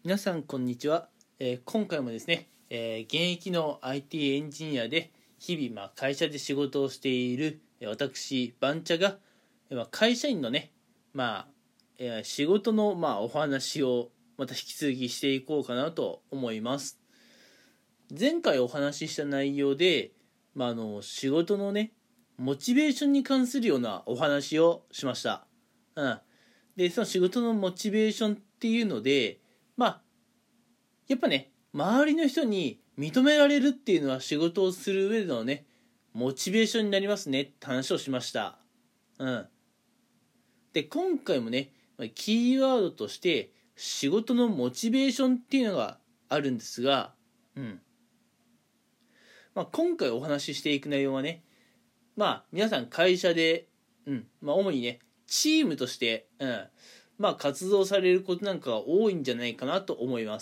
皆さんこんにちは。今回もですね、現役の IT エンジニアで日々会社で仕事をしている私バンチャが会社員のね、仕事のお話をまた引き続きしていこうかなと思います。前回お話しした内容で、仕事のねモチベーションに関するようなお話をしました。でその仕事のモチベーションっていうのでやっぱね、周りの人に認められるっていうのは仕事をする上でのね、モチベーションになりますねって話をしました。で、今回もね、キーワードとして仕事のモチベーションっていうのがあるんですが、今回お話ししていく内容はね、皆さん会社で、主にね、チームとして、活動されることなんかが多いんじゃないかなと思います。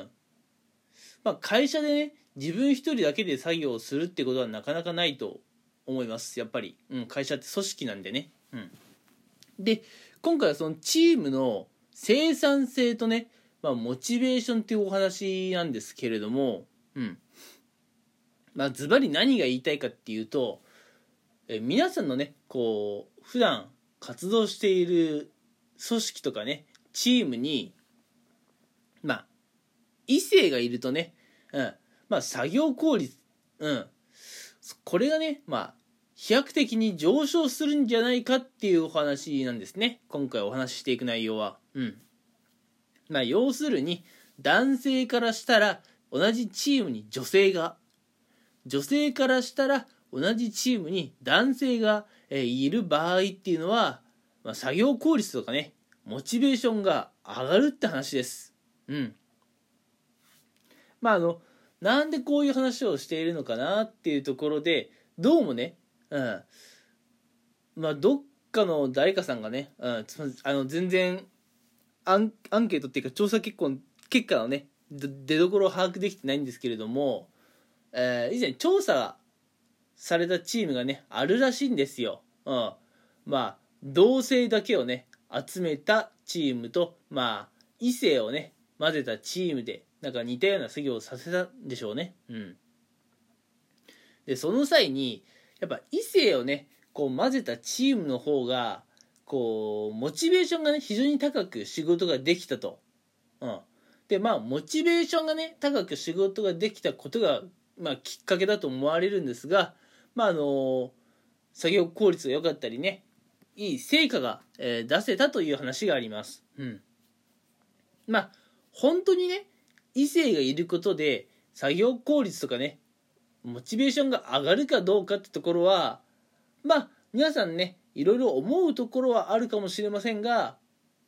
会社でね自分一人だけで作業をするってことはなかなかないと思います。やっぱり、会社って組織なんでね。で今回はそのチームの生産性とね、モチベーションっていうお話なんですけれども、ズバリ何が言いたいかっていうと、皆さんのねこう普段活動している組織とかねチームに異性がいるとね、作業効率、これがね、飛躍的に上昇するんじゃないかっていうお話なんですね。今回お話ししていく内容は。要するに、男性からしたら同じチームに女性が、女性からしたら同じチームに男性がいる場合っていうのは、作業効率とかね、モチベーションが上がるって話です。なんでこういう話をしているのかなっていうところで、どうもね、どっかの誰かさんがね、全然アンケートっていうか調査結果のね出どころを把握できてないんですけれども、以前調査されたチームがねあるらしいんですよ。同性だけをね集めたチームと異性をね混ぜたチームでなんか似たような作業をさせたんでしょうね。でその際にやっぱ異性をねこう混ぜたチームの方がこうモチベーションがね非常に高く仕事ができたと。でモチベーションがね高く仕事ができたことがきっかけだと思われるんですが、作業効率が良かったりねいい成果が、出せたという話があります。本当にね異性がいることで作業効率とかねモチベーションが上がるかどうかってところは皆さんねいろいろ思うところはあるかもしれませんが、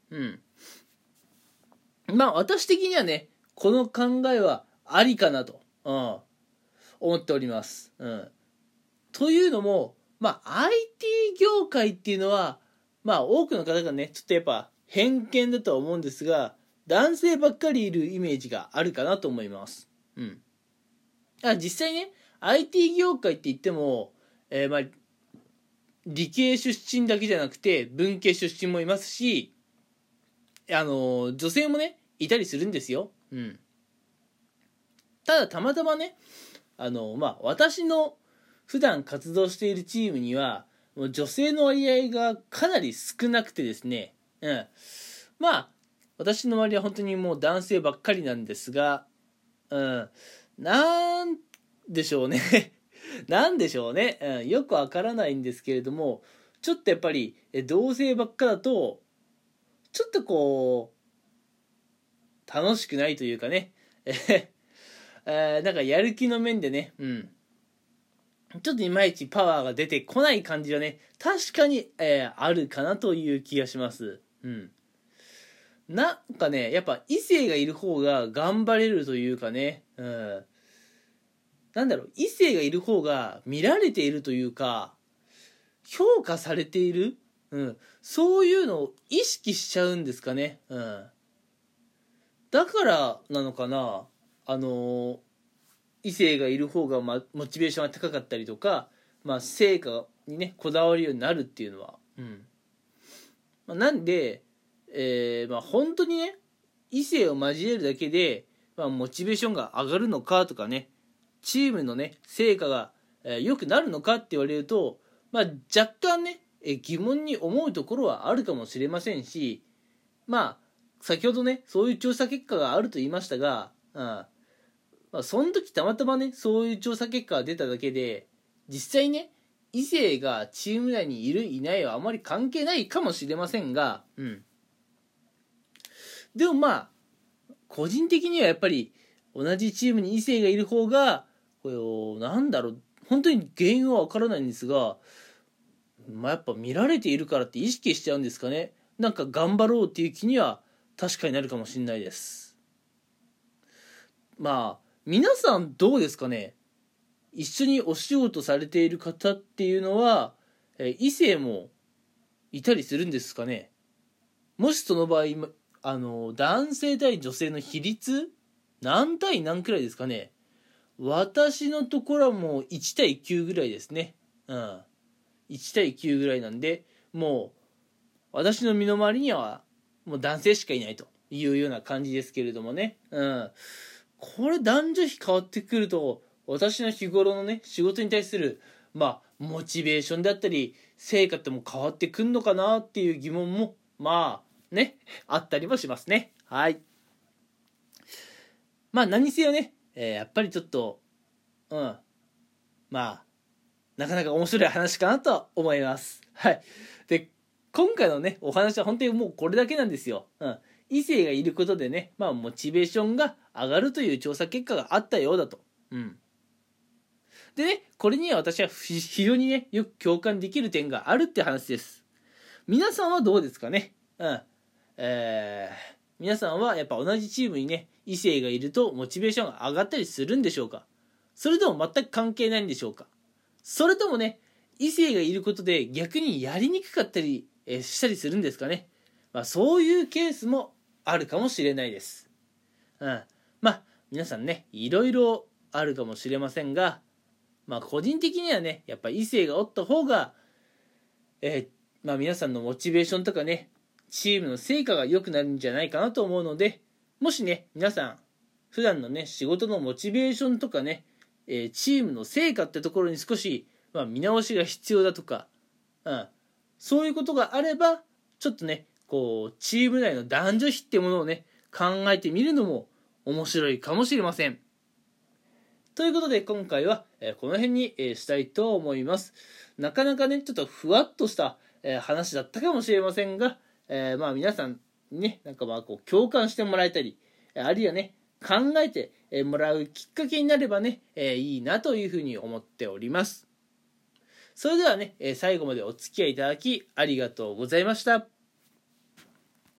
私的にはねこの考えはありかなと、思っております。というのもIT 業界っていうのは多くの方がねちょっとやっぱ偏見だとは思うんですが男性ばっかりいるイメージがあるかなと思います。実際ね IT 業界って言っても、理系出身だけじゃなくて文系出身もいますし、女性もねいたりするんですよ。ただたまたまね私の普段活動しているチームには女性の割合がかなり少なくてですね、私の周りは本当にもう男性ばっかりなんですが、なんでしょうねなんでしょうね、よくわからないんですけれども、ちょっとやっぱり同性ばっかだとちょっとこう楽しくないというかねなんかやる気の面でね、ちょっといまいちパワーが出てこない感じはね確かに、あるかなという気がします。なんかねやっぱ異性がいる方が頑張れるというかね、異性がいる方が見られているというか評価されている、そういうのを意識しちゃうんですかね。だからなのかな、異性がいる方が、モチベーションが高かったりとか、成果にねこだわるようになるっていうのは、なんで、本当にね異性を交えるだけで、モチベーションが上がるのかとかね、チームのね成果が良くなるのかって言われると、若干ね疑問に思うところはあるかもしれませんし、先ほどねそういう調査結果があると言いましたが、その時たまたまねそういう調査結果が出ただけで、実際ね異性がチーム内にいるいないはあまり関係ないかもしれませんが、でも個人的にはやっぱり同じチームに異性がいる方がなんだろう、本当に原因は分からないんですが、やっぱ見られているからって意識しちゃうんですかね。なんか頑張ろうっていう気には確かになるかもしれないです。皆さんどうですかね。一緒にお仕事されている方っていうのは異性もいたりするんですかね。もしその場合男性対女性の比率何対何くらいですかね。私のところはもう1対9ぐらいですね。1対9ぐらいなんで、もう私の身の回りにはもう男性しかいないというような感じですけれどもね。これ男女比変わってくると、私の日頃のね仕事に対するモチベーションであったり成果っても変わってくんのかなっていう疑問もあったりもしますね。はい。何にせよね、やっぱりちょっとなかなか面白い話かなと思います。はい。で、今回のねお話は本当にもうこれだけなんですよ。異性がいることでね、モチベーションが上がるという調査結果があったようだと。でね、これには私は非常にねよく共感できる点があるって話です。皆さんはどうですかね。皆さんはやっぱ同じチームにね異性がいるとモチベーションが上がったりするんでしょうか。それとも全く関係ないんでしょうか。それともね異性がいることで逆にやりにくかったり、したりするんですかね。そういうケースもあるかもしれないです。皆さんねいろいろあるかもしれませんが、個人的にはねやっぱ異性がおった方が、皆さんのモチベーションとかねチームの成果が良くなるんじゃないかなと思うので、もしね皆さん普段のね仕事のモチベーションとかね、チームの成果ってところに少し、見直しが必要だとか、そういうことがあればちょっとねチーム内の男女比ってものをね考えてみるのも面白いかもしれません。ということで今回はこの辺にしたいと思います。なかなかねちょっとふわっとした話だったかもしれませんが、皆さんにね共感してもらえたり、あるいはね考えてもらうきっかけになればねいいなというふうに思っております。それではね最後までお付き合いいただきありがとうございました。